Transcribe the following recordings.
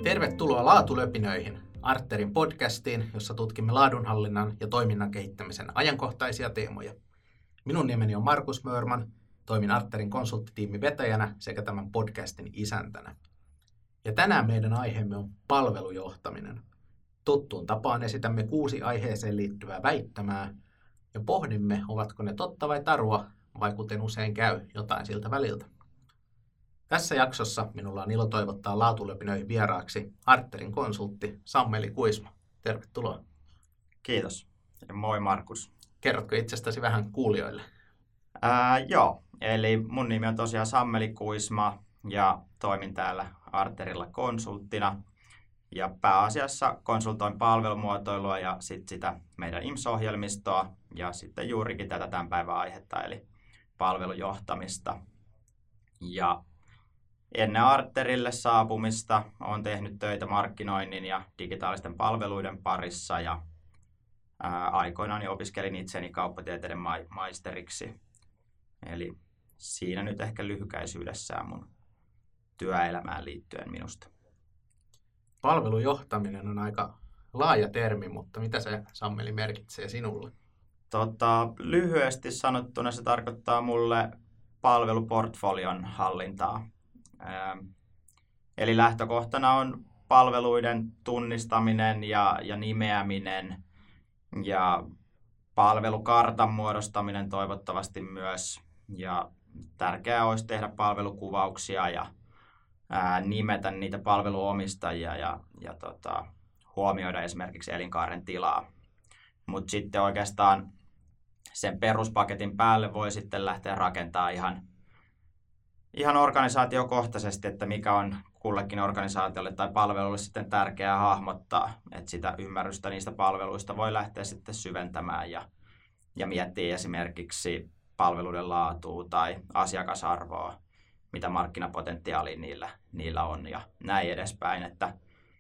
Tervetuloa Laatulöpinöihin, Arterin podcastiin, jossa tutkimme laadunhallinnan ja toiminnan kehittämisen ajankohtaisia teemoja. Minun nimeni on Markus Mörman, toimin Arterin konsulttitiimin vetäjänä sekä tämän podcastin isäntänä. Ja tänään meidän aiheemme on palvelujohtaminen. Tuttuun tapaan esitämme 6 aiheeseen liittyvää väittämää ja pohdimme, ovatko ne totta vai tarua, vai kuten usein käy, jotain siltä väliltä. Tässä jaksossa minulla on ilo toivottaa Laatulöpinöihin vieraaksi Arterin konsultti Sammeli Kuisma. Tervetuloa. Kiitos. Ja moi Markus. Kerrotko itsestäsi vähän kuulijoille? Joo, eli mun nimi on tosiaan Sammeli Kuisma ja toimin täällä Arterilla konsulttina. Ja pääasiassa konsultoin palvelumuotoilua ja sitä meidän IMS-ohjelmistoa ja sitten juurikin tätä tämän päivän aihetta eli palvelujohtamista. Ja ennen Arterille saapumista olen tehnyt töitä markkinoinnin ja digitaalisten palveluiden parissa ja aikoinaan opiskelin itseni kauppatieteiden maisteriksi. Eli siinä nyt ehkä lyhykäisyydessään mun työelämään liittyen minusta. Palvelujohtaminen on aika laaja termi, mutta mitä se, Sammeli, merkitsee sinulle? Lyhyesti sanottuna se tarkoittaa mulle palveluportfolion hallintaa. Eli lähtökohtana on palveluiden tunnistaminen ja nimeäminen ja palvelukartan muodostaminen toivottavasti myös. Ja tärkeää olisi tehdä palvelukuvauksia ja nimetä niitä palveluomistajia ja huomioida esimerkiksi elinkaaren tilaa. Mutta sitten oikeastaan sen peruspaketin päälle voi sitten lähteä rakentamaan ihan organisaatiokohtaisesti, että mikä on kullekin organisaatiolle tai palvelulle sitten tärkeää hahmottaa, että sitä ymmärrystä niistä palveluista voi lähteä sitten syventämään ja miettiä esimerkiksi palveluiden laatua tai asiakasarvoa, mitä markkinapotentiaalia niillä on ja näin edespäin, että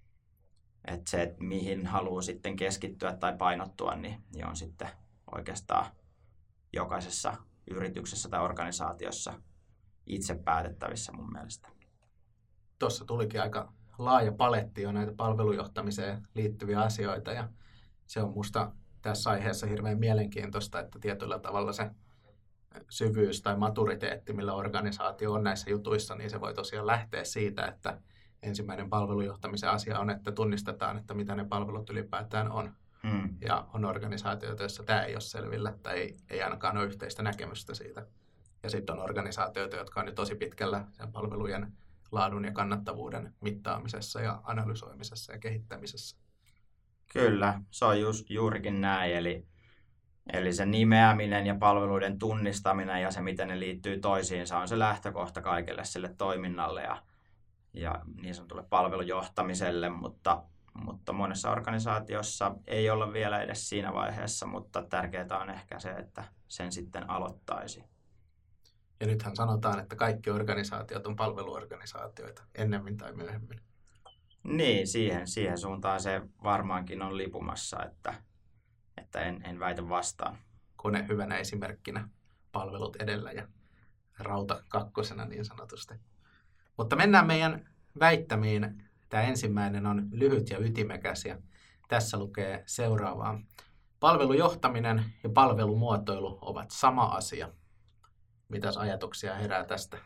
se, mihin haluaa sitten keskittyä tai painottua, niin on sitten oikeastaan jokaisessa yrityksessä tai organisaatiossa itse päätettävissä mun mielestä. Tuossa tulikin aika laaja paletti jo näitä palvelujohtamiseen liittyviä asioita ja se on musta tässä aiheessa hirveän mielenkiintoista, että tietyllä tavalla se syvyys tai maturiteetti, millä organisaatio on näissä jutuissa, niin se voi tosiaan lähteä siitä, että ensimmäinen palvelujohtamisen asia on, että tunnistetaan, että mitä ne palvelut ylipäätään on. Ja on organisaatioita, joissa tämä ei ole selvillä tai ei ainakaan ole yhteistä näkemystä siitä. Ja sitten on organisaatioita, jotka on nyt tosi pitkällä sen palvelujen laadun ja kannattavuuden mittaamisessa ja analysoimisessa ja kehittämisessä. Kyllä, se on juurikin näin. Eli se nimeäminen ja palveluiden tunnistaminen ja se, miten ne liittyy toisiinsa, on se lähtökohta kaikelle sille toiminnalle ja niin sanotulle palvelujohtamiselle, mutta monessa organisaatiossa ei olla vielä edes siinä vaiheessa, mutta tärkeää on ehkä se, että sen sitten aloittaisi. Ja nythän sanotaan, että kaikki organisaatiot on palveluorganisaatioita, ennemmin tai myöhemmin. Niin, siihen suuntaan se varmaankin on lipumassa, että en väitä vastaan. Kone hyvänä esimerkkinä, palvelut edellä ja rauta kakkosena niin sanotusti. Mutta mennään meidän väittämiin. Tämä ensimmäinen on lyhyt ja ytimekäs ja tässä lukee seuraavaa. Palvelujohtaminen ja palvelumuotoilu ovat sama asia. Mitäs ajatuksia herää tästä?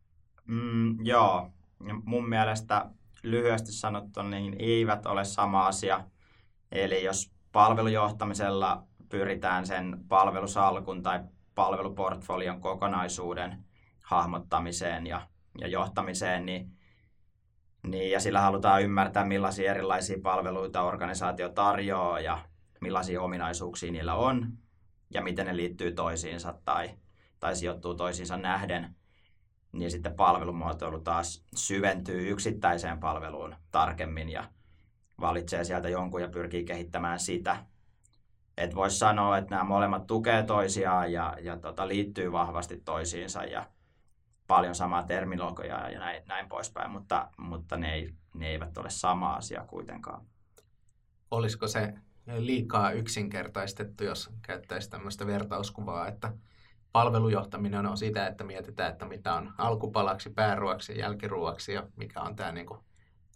Joo, mun mielestä lyhyesti sanottuna niin eivät ole sama asia. Eli jos palvelujohtamisella pyritään sen palvelusalkun tai palveluportfolion kokonaisuuden hahmottamiseen ja johtamiseen, niin ja sillä halutaan ymmärtää, millaisia erilaisia palveluita organisaatio tarjoaa ja millaisia ominaisuuksia niillä on ja miten ne liittyy toisiinsa tai sijoittuu toisiinsa nähden, niin sitten palvelumuotoilu taas syventyy yksittäiseen palveluun tarkemmin ja valitsee sieltä jonkun ja pyrkii kehittämään sitä. Et voisi sanoa, että nämä molemmat tukee toisiaan ja liittyy vahvasti toisiinsa ja paljon samaa terminologiaa ja näin poispäin, mutta ne eivät ole sama asia kuitenkaan. Olisiko se liikaa yksinkertaistettu, jos käyttäisi tämmöistä vertauskuvaa, että palvelujohtaminen on sitä, että mietitään, että mitä on alkupalaksi, pääruoksi, jälkiruoksi ja mikä on tämä niin kuin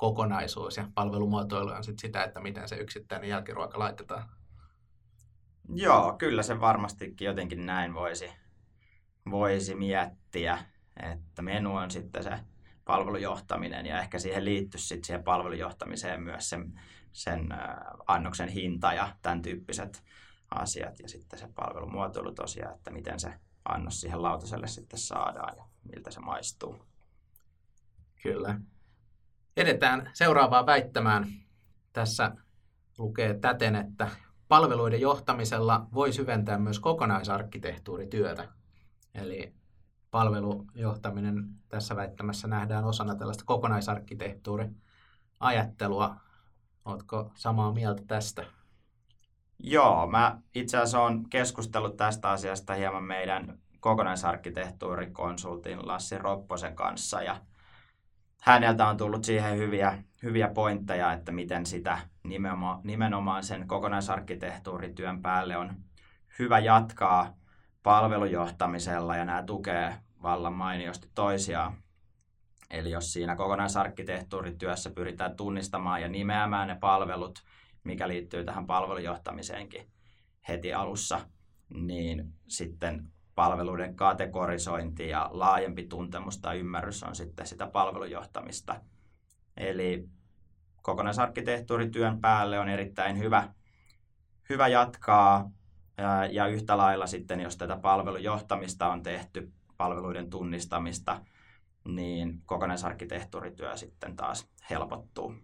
kokonaisuus ja palvelumuotoilu on sitten sitä, että miten se yksittäinen jälkiruoka laitetaan. Joo, kyllä se varmastikin jotenkin näin voisi miettiä, että menu on sitten se palvelujohtaminen ja ehkä siihen liittyisi sitten siihen palvelujohtamiseen myös sen annoksen hinta ja tämän tyyppiset asiat ja sitten se palvelumuotoilu tosiaan, että miten se annos siihen lautaselle sitten saadaan ja miltä se maistuu. Kyllä. Edetään seuraavaan väittämään. Tässä lukee täten, että palveluiden johtamisella voi syventää myös kokonaisarkkitehtuurityötä. Eli palvelujohtaminen tässä väittämässä nähdään osana tällaista kokonaisarkkitehtuuriajattelua. Oletko samaa mieltä tästä? Joo, mä itse asiassa olen keskustellut tästä asiasta hieman meidän kokonaisarkkitehtuurikonsultin Lassi Ropposen kanssa ja häneltä on tullut siihen hyviä pointteja, että miten sitä nimenomaan sen kokonaisarkkitehtuurityön päälle on hyvä jatkaa palvelujohtamisella ja nämä tukee vallan mainiosti toisiaan. Eli jos siinä kokonaisarkkitehtuurityössä pyritään tunnistamaan ja nimeämään ne palvelut, mikä liittyy tähän palvelujohtamiseenkin heti alussa, niin sitten palveluiden kategorisointi ja laajempi tuntemus tai ymmärrys on sitten sitä palvelujohtamista. Eli kokonaisarkkitehtuurityön päälle on erittäin hyvä jatkaa ja yhtä lailla sitten, jos tätä palvelujohtamista on tehty, palveluiden tunnistamista, niin kokonaisarkkitehtuurityö sitten taas helpottuu.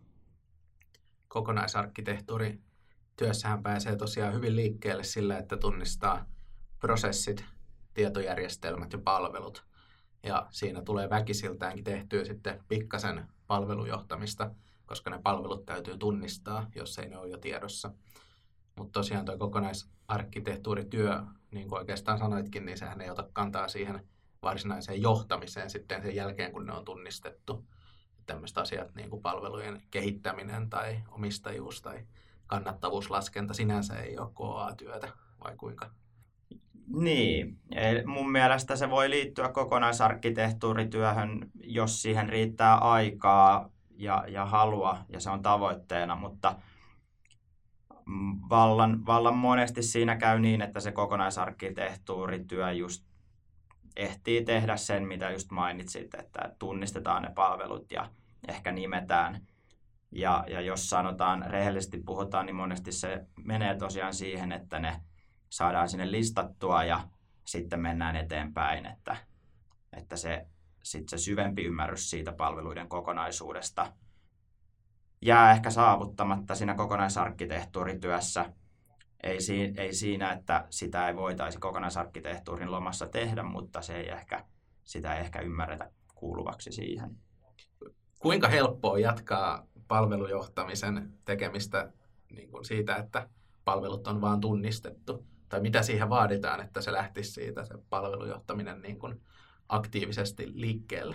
Kokonaisarkkitehtuurityössähän pääsee tosiaan hyvin liikkeelle sillä, että tunnistaa prosessit, tietojärjestelmät ja palvelut. Ja siinä tulee väkisiltäänkin tehtyä sitten pikkasen palvelujohtamista, koska ne palvelut täytyy tunnistaa, jos ei ne ole jo tiedossa. Mutta tosiaan tuo kokonaisarkkitehtuurityö, niin kuin oikeastaan sanoitkin, niin sehän ei ota kantaa siihen varsinaiseen johtamiseen sitten sen jälkeen, kun ne on tunnistettu. Tämmöiset asiat niin kuin palvelujen kehittäminen tai omistajuus tai kannattavuuslaskenta sinänsä ei ole KA-työtä, vai kuinka? Niin, mun mielestä se voi liittyä kokonaisarkkitehtuurityöhön, jos siihen riittää aikaa ja halua ja se on tavoitteena, mutta vallan monesti siinä käy niin, että se kokonaisarkkitehtuurityö just ehtii tehdä sen, mitä just mainitsit, että tunnistetaan ne palvelut ja ehkä nimetään. Ja jos sanotaan, rehellisesti puhutaan, niin monesti se menee tosiaan siihen, että ne saadaan sinne listattua ja sitten mennään eteenpäin, että se syvempi ymmärrys siitä palveluiden kokonaisuudesta jää ehkä saavuttamatta siinä kokonaisarkkitehtuurityössä. Ei siinä, että sitä ei voitaisi kokonaisarkkitehtuurin lomassa tehdä, mutta sitä ei ehkä ymmärretä kuuluvaksi siihen. Kuinka helppoa jatkaa palvelujohtamisen tekemistä niin kuin siitä, että palvelut on vaan tunnistettu? Tai mitä siihen vaaditaan, että se lähtisi siitä se palvelujohtaminen niin kuin aktiivisesti liikkeelle?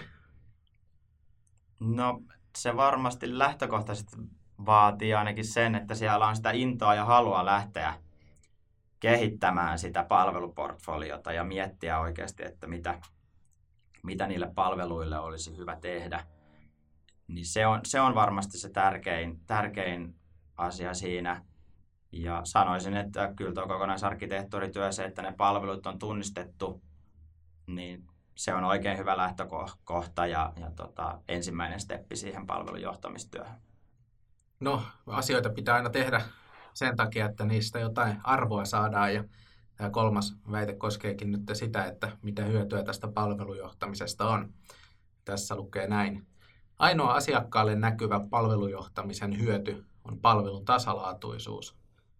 No se varmasti lähtökohtaisesti vaatii ainakin sen, että siellä on sitä intoa ja halua lähteä kehittämään sitä palveluportfoliota ja miettiä oikeasti, että mitä niille palveluille olisi hyvä tehdä. Niin se on varmasti se tärkein asia siinä. Ja sanoisin, että kyllä tuo kokonaisarkkitehtuurityö, se, että ne palvelut on tunnistettu, niin se on oikein hyvä lähtökohta ja ensimmäinen steppi siihen palvelujohtamistyöhön. No, asioita pitää aina tehdä sen takia, että niistä jotain arvoa saadaan. Ja tämä kolmas väite koskeekin nyt sitä, että mitä hyötyä tästä palvelujohtamisesta on. Tässä lukee näin. Ainoa asiakkaalle näkyvä palvelujohtamisen hyöty on palvelun tasalaatuisuus.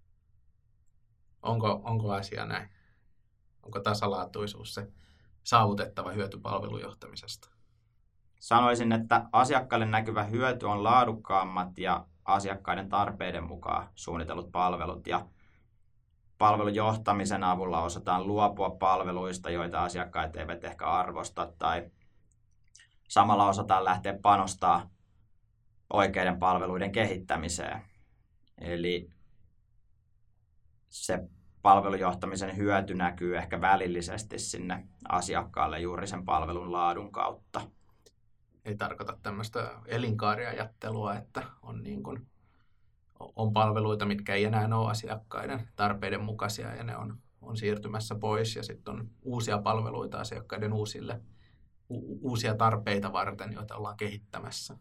Onko asia näin? Onko tasalaatuisuus se saavutettava hyöty palvelujohtamisesta? Sanoisin, että asiakkaalle näkyvä hyöty on laadukkaammat ja asiakkaiden tarpeiden mukaan suunnitellut palvelut. Ja palvelujohtamisen avulla osataan luopua palveluista, joita asiakkaat eivät ehkä arvosta, tai samalla osataan lähteä panostaa oikeiden palveluiden kehittämiseen. Eli se palvelujohtamisen hyöty näkyy ehkä välillisesti sinne asiakkaalle juuri sen palvelun laadun kautta. ei tarkoita tämmöistä elinkaariajattelua, että on, niin kuin, on palveluita, mitkä ei enää ole asiakkaiden tarpeiden mukaisia ja ne on siirtymässä pois ja sitten on uusia palveluita asiakkaiden uusia tarpeita varten, joita ollaan kehittämässä.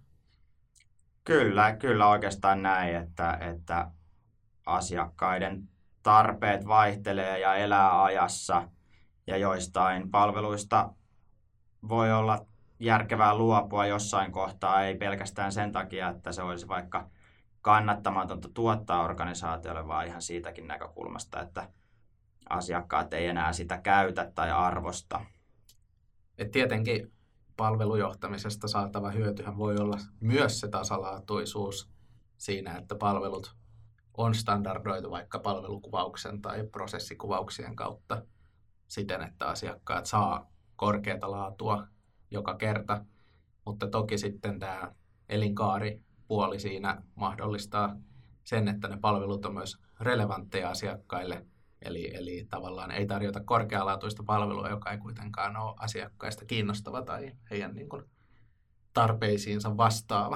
Kyllä oikeastaan näin, että asiakkaiden tarpeet vaihtelee ja elää ajassa ja joistain palveluista voi olla järkevää luopua jossain kohtaa, ei pelkästään sen takia, että se olisi vaikka kannattamatonta tuottaa organisaatiolle, vaan ihan siitäkin näkökulmasta, että asiakkaat ei enää sitä käytä tai arvosta. Et tietenkin palvelujohtamisesta saatava hyötyhän voi olla myös se tasalaatuisuus siinä, että palvelut on standardoitu vaikka palvelukuvauksen tai prosessikuvauksien kautta siten, että asiakkaat saa korkeata laatua joka kerta, mutta toki sitten tämä elinkaaripuoli siinä mahdollistaa sen, että ne palvelut on myös relevantteja asiakkaille, eli tavallaan ei tarjota korkealaatuista palvelua, joka ei kuitenkaan ole asiakkaista kiinnostava tai heidän niin kuin tarpeisiinsa vastaava.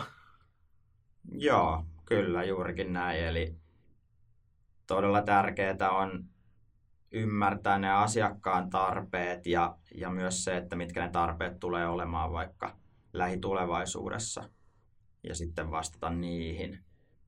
Joo, kyllä juurikin näin. Eli todella tärkeää on ymmärtää ne asiakkaan tarpeet ja myös se, että mitkä ne tarpeet tulee olemaan vaikka lähitulevaisuudessa ja sitten vastata niihin.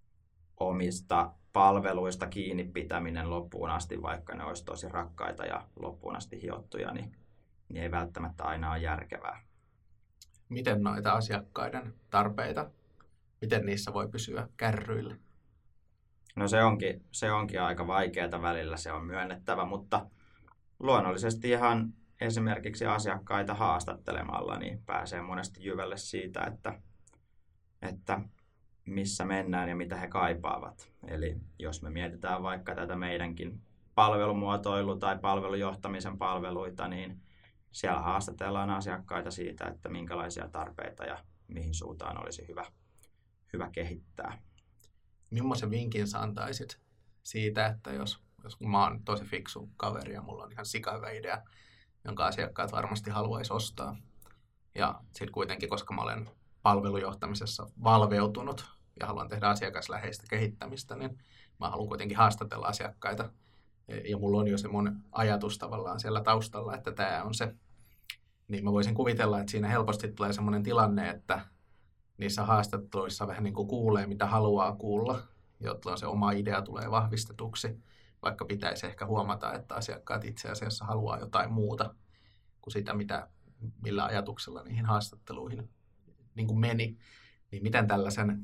Omista palveluista kiinni pitäminen loppuun asti, vaikka ne olisi tosi rakkaita ja loppuun asti hiottuja, niin ei välttämättä aina ole järkevää. Miten noita asiakkaiden tarpeita, miten niissä voi pysyä kärryillä? No se onkin aika vaikeaa välillä, se on myönnettävä, mutta luonnollisesti ihan esimerkiksi asiakkaita haastattelemalla niin pääsee monesti jyvälle siitä, että missä mennään ja mitä he kaipaavat. Eli jos me mietitään vaikka tätä meidänkin palvelumuotoilu- tai palvelujohtamisen palveluita, niin siellä haastatellaan asiakkaita siitä, että minkälaisia tarpeita ja mihin suuntaan olisi hyvä kehittää. Millaisen vinkin sä antaisit siitä, että jos mä oon tosi fiksu kaveri ja mulla on ihan sikahyvä idea, jonka asiakkaat varmasti haluaisi ostaa. Ja sitten kuitenkin, koska mä olen palvelujohtamisessa valveutunut ja haluan tehdä asiakasläheistä kehittämistä, niin mä haluan kuitenkin haastatella asiakkaita. Ja mulla on jo se mun ajatus tavallaan siellä taustalla, että tämä on se. Niin mä voisin kuvitella, että siinä helposti tulee semmoinen tilanne, että niissä haastatteluissa vähän niin kuin kuulee, mitä haluaa kuulla, jolloin se oma idea tulee vahvistetuksi, vaikka pitäisi ehkä huomata, että asiakkaat itse asiassa haluaa jotain muuta kuin sitä, millä ajatuksella niihin haastatteluihin niin kuin meni. Niin miten tällaisen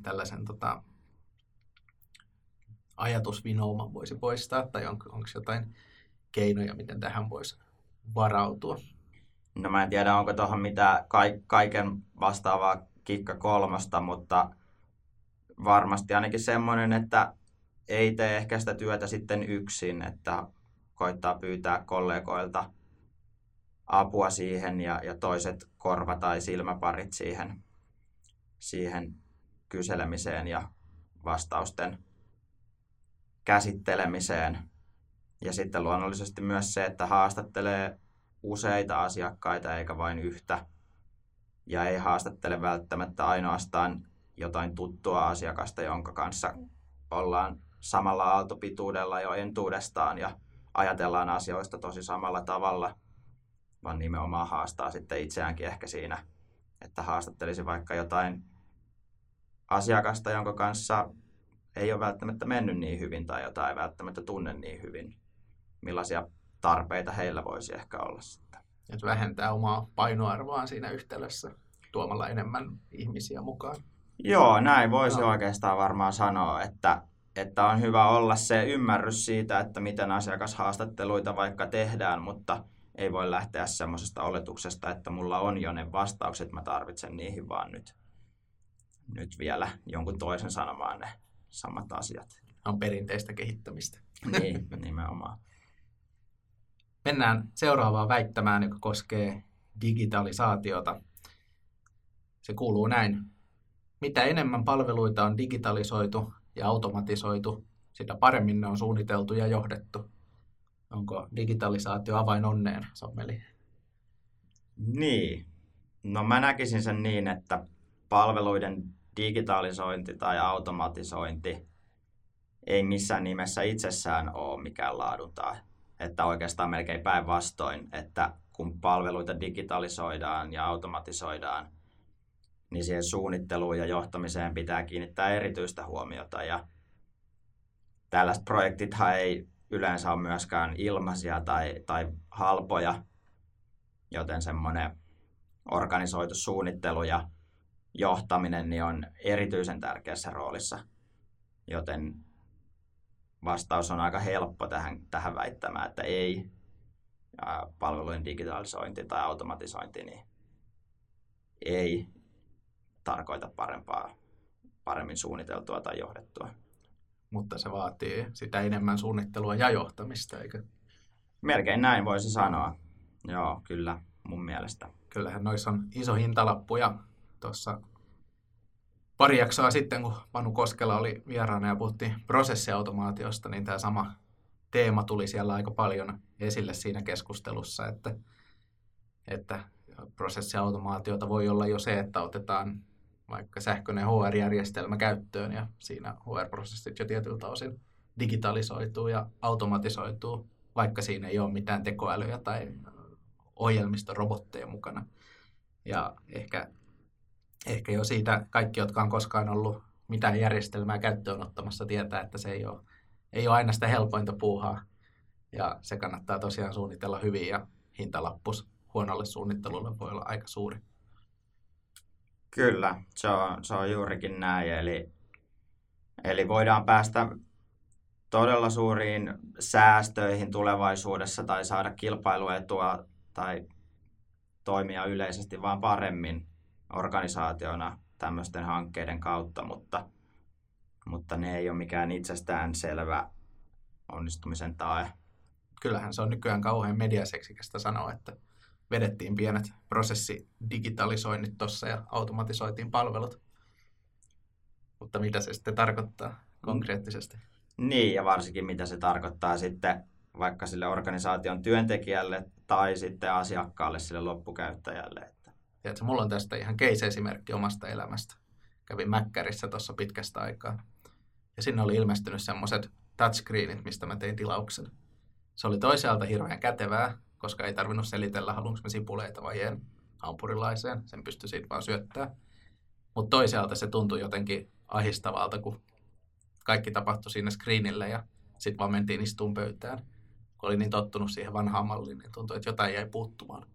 ajatusvinouman voisi poistaa, tai onko jotain keinoja, miten tähän voisi varautua? No mä en tiedä, onko tuohon mitään kaiken vastaavaa kikka kolmosta, mutta varmasti ainakin semmoinen, että ei tee ehkä sitä työtä sitten yksin, että koittaa pyytää kollegoilta apua siihen ja toiset korva- tai silmäparit siihen kyselemiseen ja vastausten käsittelemiseen. Ja sitten luonnollisesti myös se, että haastattelee useita asiakkaita eikä vain yhtä. Ja ei haastattele välttämättä ainoastaan jotain tuttua asiakasta, jonka kanssa ollaan samalla aaltopituudella jo entuudestaan ja ajatellaan asioista tosi samalla tavalla, vaan nimenomaan haastaa sitten itseäänkin ehkä siinä, että haastattelisi vaikka jotain asiakasta, jonka kanssa ei ole välttämättä mennyt niin hyvin tai jota ei välttämättä tunne niin hyvin. Millaisia tarpeita heillä voisi ehkä olla sitten. Että vähentää omaa painoarvoaan siinä yhtälössä tuomalla enemmän ihmisiä mukaan. Joo, näin voisi oikeastaan varmaan sanoa, että on hyvä olla se ymmärrys siitä, että miten asiakashaastatteluita vaikka tehdään, mutta ei voi lähteä semmoisesta oletuksesta, että mulla on jo ne vastaukset, mä tarvitsen niihin vaan nyt vielä jonkun toisen sanomaan ne samat asiat. On perinteistä kehittämistä. Niin, nimenomaan. Mennään seuraavaan väittämään, joka koskee digitalisaatiota. Se kuuluu näin. Mitä enemmän palveluita on digitalisoitu ja automatisoitu, sitä paremmin ne on suunniteltu ja johdettu. Onko digitalisaatio avain onneen, Sammeli? Niin. No mä näkisin sen niin, että palveluiden digitalisointi tai automatisointi ei missään nimessä itsessään ole mikään laadun tae. Että oikeastaan melkein päinvastoin, että kun palveluita digitalisoidaan ja automatisoidaan, niin siihen suunnitteluun ja johtamiseen pitää kiinnittää erityistä huomiota. Ja tällaiset projektithan ei yleensä ole myöskään ilmaisia tai halpoja, joten semmoinen organisoitu suunnittelu ja johtaminen niin on erityisen tärkeässä roolissa, joten vastaus on aika helppo tähän väittämään, että ei palvelujen digitalisointi tai automatisointi niin ei tarkoita paremmin suunniteltua tai johdettua. Mutta se vaatii sitä enemmän suunnittelua ja johtamista, eikö? Melkein näin voisi sanoa. Joo, kyllä mun mielestä. Kyllähän noissa on iso hintalappu ja tuossa pari jaksoa sitten, kun Panu Koskela oli vieraana ja puhuttiin prosessiautomaatiosta, niin tämä sama teema tuli siellä aika paljon esille siinä keskustelussa, että prosessiautomaatiota voi olla jo se, että otetaan vaikka sähköinen HR-järjestelmä käyttöön ja siinä HR-prosessit jo tietyltä osin digitalisoituu ja automatisoituu, vaikka siinä ei ole mitään tekoälyä tai ohjelmistorobotteja mukana. Ja ehkä jo siitä kaikki, jotka on koskaan ollut mitään järjestelmää käyttöön ottamassa, tietää, että se ei ole aina sitä helpointa puuhaa. Ja se kannattaa tosiaan suunnitella hyvin ja hintalappus huonolle suunnittelulle voi olla aika suuri. Kyllä, se on juurikin näin. Eli voidaan päästä todella suuriin säästöihin tulevaisuudessa tai saada kilpailuetua tai toimia yleisesti vaan paremmin organisaationa tämmöisten hankkeiden kautta, mutta ne ei ole mikään itsestään selvä onnistumisen tae. Kyllähän se on nykyään kauhean mediaseksikästä sanoa, että vedettiin pienet prosessidigitalisoinnit tuossa ja automatisoitiin palvelut. Mutta mitä se sitten tarkoittaa konkreettisesti? Niin, ja varsinkin mitä se tarkoittaa sitten vaikka sille organisaation työntekijälle tai sitten asiakkaalle, sille loppukäyttäjälle. Tiedätkö, mulla on tästä ihan case-esimerkki omasta elämästä. Kävin Mäkkärissä tuossa pitkästä aikaa. Ja sinne oli ilmestynyt semmoiset touchscreenit, mistä mä tein tilauksen. Se oli toisaalta hirveän kätevää, koska ei tarvinnut selitellä, haluanko mä sipuleita vai en hampurilaiseen. Sen pystyi siitä vaan syöttämään. Mutta toisaalta se tuntui jotenkin ahistavalta, kun kaikki tapahtui siinä screenillä ja sitten vaan mentiin istuun pöytään. Kun oli niin tottunut siihen vanhaan malliin, niin tuntui, että jotain jäi puuttumaan.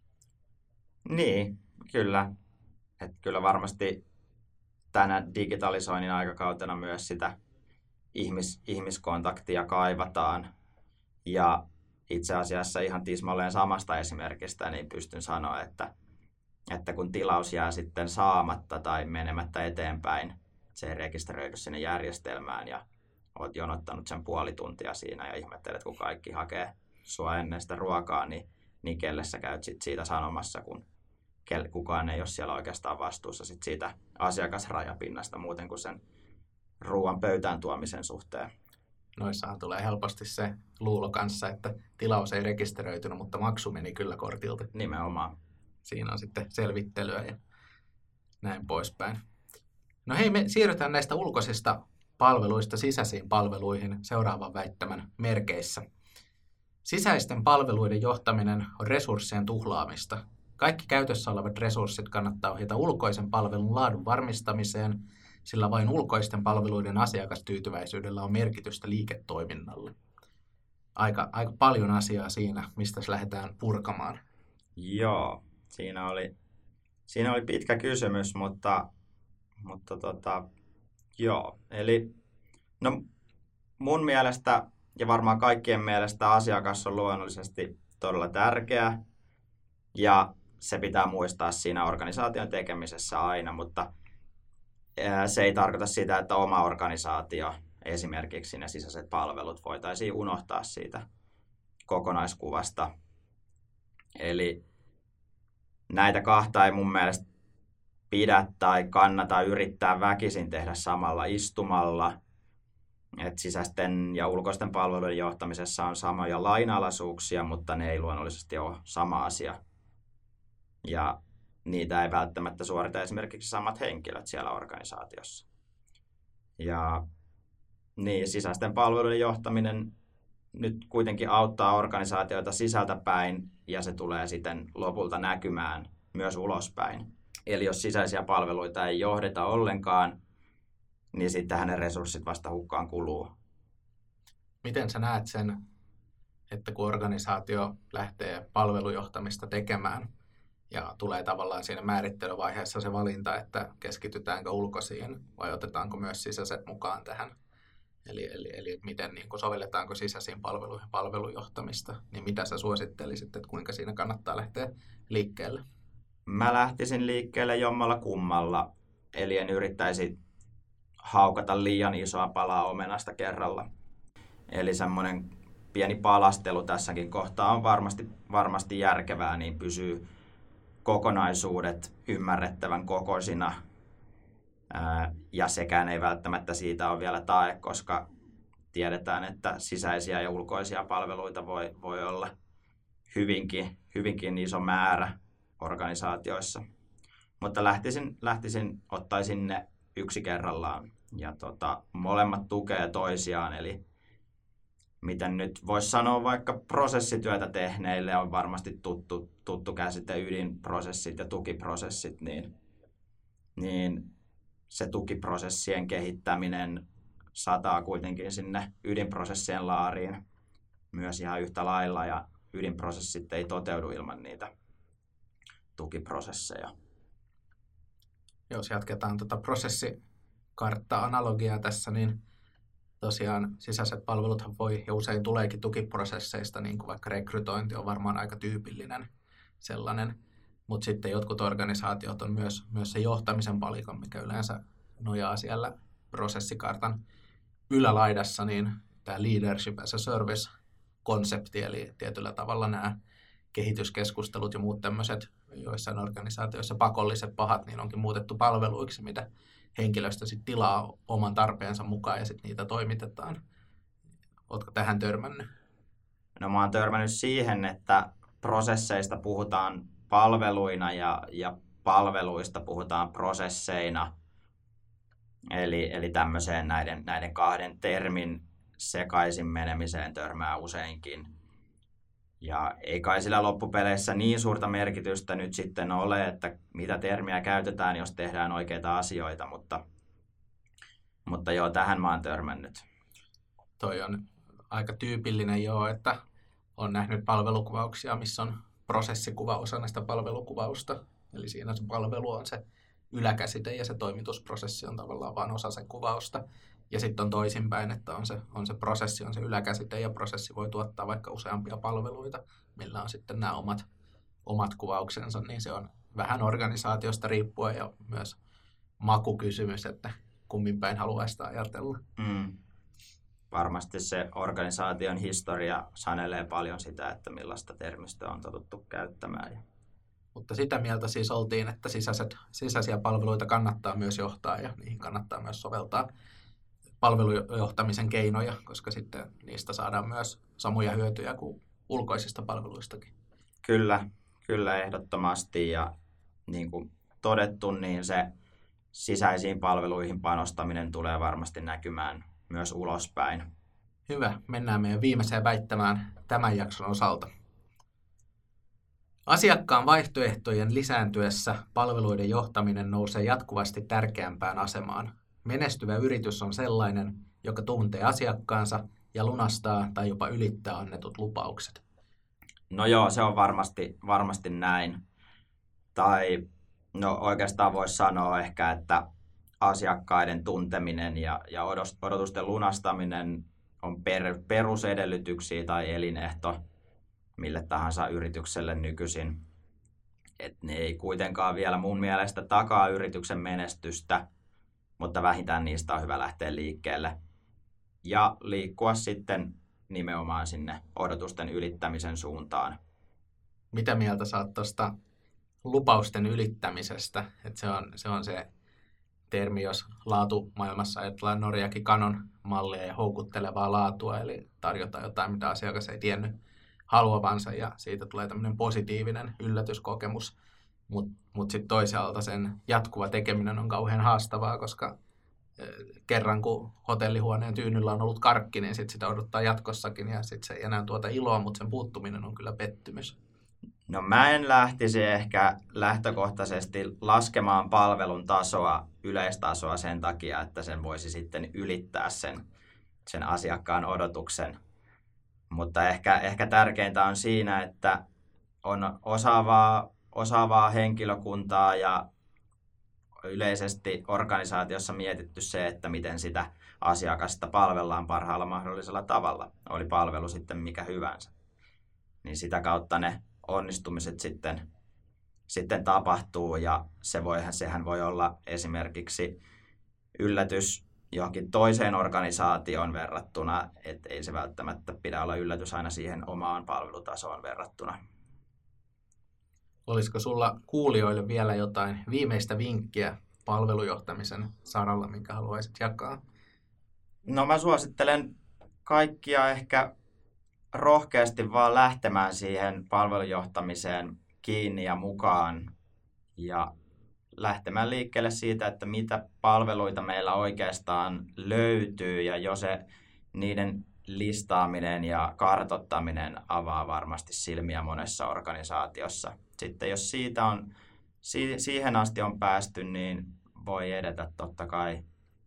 Niin, kyllä. Että kyllä varmasti tänä digitalisoinnin aikakautena myös sitä ihmiskontaktia kaivataan. Ja itse asiassa ihan tismalleen samasta esimerkistä niin pystyn sanoa, että kun tilaus jää sitten saamatta tai menemättä eteenpäin, se ei rekisteröidy sinne järjestelmään ja olet jonottanut sen puoli tuntia siinä ja ihmettelet, kun kaikki hakee sua ennen sitä ruokaa, niin kelle sä käyt sit siitä sanomassa, kun kukaan ei ole siellä oikeastaan vastuussa sit siitä asiakasrajapinnasta muuten kuin sen ruoan pöytään tuomisen suhteen. Noissahan tulee helposti se luulo kanssa, että tilaus ei rekisteröitynyt, mutta maksu meni kyllä kortilta. Nimenomaan. Siinä on sitten selvittelyä ja näin poispäin. No hei, me siirrytään näistä ulkoisista palveluista sisäisiin palveluihin seuraavan väittämän merkeissä. Sisäisten palveluiden johtaminen on resurssien tuhlaamista. Kaikki käytössä olevat resurssit kannattaa ohjata ulkoisen palvelun laadun varmistamiseen, sillä vain ulkoisten palveluiden asiakastyytyväisyydellä on merkitystä liiketoiminnalle. Aika paljon asiaa siinä, mistä lähdetään purkamaan. Joo, siinä oli pitkä kysymys, mutta joo. Eli no mun mielestä ja varmaan kaikkien mielestä asiakas on luonnollisesti todella tärkeä ja se pitää muistaa siinä organisaation tekemisessä aina, mutta se ei tarkoita sitä, että oma organisaatio, esimerkiksi ne sisäiset palvelut, voitaisiin unohtaa siitä kokonaiskuvasta. Eli näitä kahta ei mun mielestä pidä tai kannata yrittää väkisin tehdä samalla istumalla. Et sisäisten ja ulkoisten palveluiden johtamisessa on samoja lainalaisuuksia, mutta ne ei luonnollisesti ole sama asia. Ja niitä ei välttämättä suorita esimerkiksi samat henkilöt siellä organisaatiossa. Ja niin, sisäisten palveluiden johtaminen nyt kuitenkin auttaa organisaatioita sisältäpäin ja se tulee sitten lopulta näkymään myös ulospäin. Eli jos sisäisiä palveluita ei johdeta ollenkaan, niin sittenhän ne resurssit vasta hukkaan kuluu. Miten sä näet sen, että kun organisaatio lähtee palvelujohtamista tekemään ja tulee tavallaan siinä määrittelyvaiheessa se valinta, että keskitytäänkö ulkoisiin vai otetaanko myös sisäiset mukaan tähän? Eli miten niin sovelletaanko sisäisiin palveluihin palvelujohtamista, niin mitä sä suosittelisit, että kuinka siinä kannattaa lähteä liikkeelle? Mä lähtisin liikkeelle jommalla kummalla, eli en yrittäisi haukata liian isoa palaa omenasta kerralla. Eli semmoinen pieni palastelu tässäkin kohtaa on varmasti järkevää, niin pysyy kokonaisuudet ymmärrettävän kokoisina. Ja sekään ei välttämättä siitä ole vielä tae, koska tiedetään, että sisäisiä ja ulkoisia palveluita voi olla hyvinkin iso määrä organisaatioissa. Mutta ottaisin ne yksi kerrallaan. Ja molemmat tukee toisiaan, eli miten nyt voisi sanoa vaikka prosessityötä tehneille on varmasti tuttu käsite ydinprosessit ja tukiprosessit, niin se tukiprosessien kehittäminen sataa kuitenkin sinne ydinprosessien laariin myös ihan yhtä lailla, ja ydinprosessit ei toteudu ilman niitä tukiprosesseja. Jos jatketaan prosessikartta-analogiaa tässä, niin tosiaan sisäiset palveluthan voi ja usein tuleekin tukiprosesseista, niin kuin vaikka rekrytointi on varmaan aika tyypillinen sellainen. Mutta sitten jotkut organisaatiot on myös se johtamisen palikon, mikä yleensä nojaa siellä prosessikartan ylälaidassa, niin tämä leadership as a service-konsepti, eli tietyllä tavalla nämä kehityskeskustelut ja muut tämmöiset joissain organisaatioissa pakolliset pahat, niin onkin muutettu palveluiksi, mitä henkilöstö sitten tilaa oman tarpeensa mukaan ja sitten niitä toimitetaan. Oletko tähän törmännyt? No mä oon törmännyt siihen, että prosesseista puhutaan palveluina ja palveluista puhutaan prosesseina. Eli tämmöiseen näiden kahden termin sekaisin menemiseen törmää useinkin. Ja ei kai sillä loppupeleissä niin suurta merkitystä nyt sitten ole, että mitä termiä käytetään, jos tehdään oikeita asioita, mutta joo, tähän mä oon törmännyt. Toi on aika tyypillinen joo, että on nähnyt palvelukuvauksia, missä on prosessikuva osana sitä palvelukuvausta. Eli siinä se palvelu on se yläkäsite ja se toimitusprosessi on tavallaan vain osa sen kuvausta. Ja sitten on toisinpäin, että on se prosessi, on se yläkäsite ja prosessi voi tuottaa vaikka useampia palveluita, millä on sitten nämä omat kuvauksensa, niin se on vähän organisaatiosta riippuen ja myös makukysymys, että kummin päin haluaa sitä ajatella. Varmasti se organisaation historia sanelee paljon sitä, että millaista termistöä on totuttu käyttämään. Mutta sitä mieltä siis oltiin, että sisäisiä palveluita kannattaa myös johtaa ja niihin kannattaa myös soveltaa palvelujohtamisen keinoja, koska sitten niistä saadaan myös samoja hyötyjä kuin ulkoisista palveluistakin. Kyllä ehdottomasti, ja niin kuin todettu, niin se sisäisiin palveluihin panostaminen tulee varmasti näkymään myös ulospäin. Hyvä, mennään meidän viimeiseen väittämään tämän jakson osalta. Asiakkaan vaihtoehtojen lisääntyessä palveluiden johtaminen nousee jatkuvasti tärkeämpään asemaan. Menestyvä yritys on sellainen, joka tuntee asiakkaansa ja lunastaa tai jopa ylittää annetut lupaukset. No joo, se on varmasti näin. Tai no oikeastaan voisi sanoa ehkä, että asiakkaiden tunteminen ja odotusten lunastaminen on perusedellytyksiä tai elinehto mille tahansa yritykselle nykyisin. Et ne ei kuitenkaan vielä mun mielestä takaa yrityksen menestystä, mutta vähintään niistä on hyvä lähteä liikkeelle ja liikkua sitten nimenomaan sinne odotusten ylittämisen suuntaan. Mitä mieltä sä oot tuosta lupausten ylittämisestä? Et se on se termi, jos laatumaailmassa ajatellaan Norjakin Canon mallia ja houkuttelevaa laatua, eli tarjotaan jotain, mitä asiakas ei tiennyt haluavansa, ja siitä tulee tämmöinen positiivinen yllätyskokemus. Mut sitten toisaalta sen jatkuva tekeminen on kauhean haastavaa, koska kerran kun hotellihuoneen tyynyllä on ollut karkki, niin sit sitä odottaa jatkossakin ja sitten se ei enää tuota iloa, mutta sen puuttuminen on kyllä pettymys. No mä en lähtisi ehkä lähtökohtaisesti laskemaan palvelun tasoa, yleistasoa sen takia, että sen voisi sitten ylittää sen asiakkaan odotuksen. Mutta ehkä tärkeintä on siinä, että on osaavaa henkilökuntaa ja yleisesti organisaatiossa mietitty se, että miten sitä asiakasta palvellaan parhaalla mahdollisella tavalla, oli palvelu sitten mikä hyvänsä. Niin sitä kautta ne onnistumiset sitten tapahtuu ja sehän voi olla esimerkiksi yllätys johonkin toiseen organisaatioon verrattuna, että ei se välttämättä pidä olla yllätys aina siihen omaan palvelutasoon verrattuna. Olisiko sulla kuulijoille vielä jotain viimeistä vinkkiä palvelujohtamisen saralla, minkä haluaisit jakaa? No mä suosittelen kaikkia ehkä rohkeasti vaan lähtemään siihen palvelujohtamiseen kiinni ja mukaan ja lähtemään liikkeelle siitä, että mitä palveluita meillä oikeastaan löytyy ja jo se niiden listaaminen ja kartoittaminen avaa varmasti silmiä monessa organisaatiossa. Sitten jos siihen asti on päästy, niin voi edetä totta kai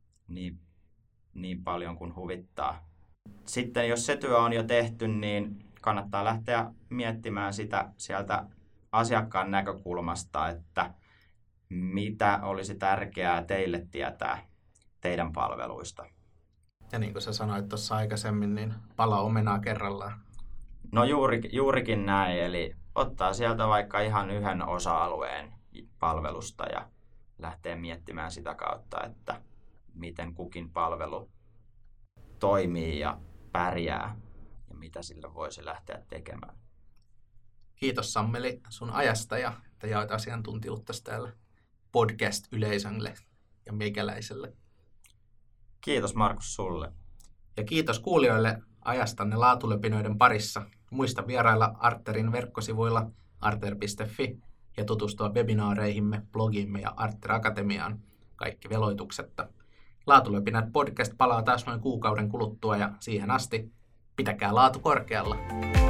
niin paljon kuin huvittaa. Sitten jos se työ on jo tehty, niin kannattaa lähteä miettimään sitä sieltä asiakkaan näkökulmasta, että mitä olisi tärkeää teille tietää teidän palveluista. Ja niin kuin sä sanoit tuossa aikaisemmin, niin pala omenaa kerrallaan. No juurikin näin, eli ottaa sieltä vaikka ihan yhden osa-alueen palvelusta ja lähtee miettimään sitä kautta, että miten kukin palvelu toimii ja pärjää ja mitä sillä voisi lähteä tekemään. Kiitos Sammeli sun ajasta ja että jaoit asiantuntijuutta täällä podcast-yleisölle ja meikäläiselle. Kiitos Markus sulle. Ja kiitos kuulijoille ajastanne laatulepinoiden parissa. Muista vierailla Arterin verkkosivuilla arter.fi ja tutustua webinaareihimme, blogiimme ja Arter Akatemiaan. Kaikki veloituksetta. Laatulepinät podcast palaa taas noin kuukauden kuluttua ja siihen asti pitäkää laatu korkealla.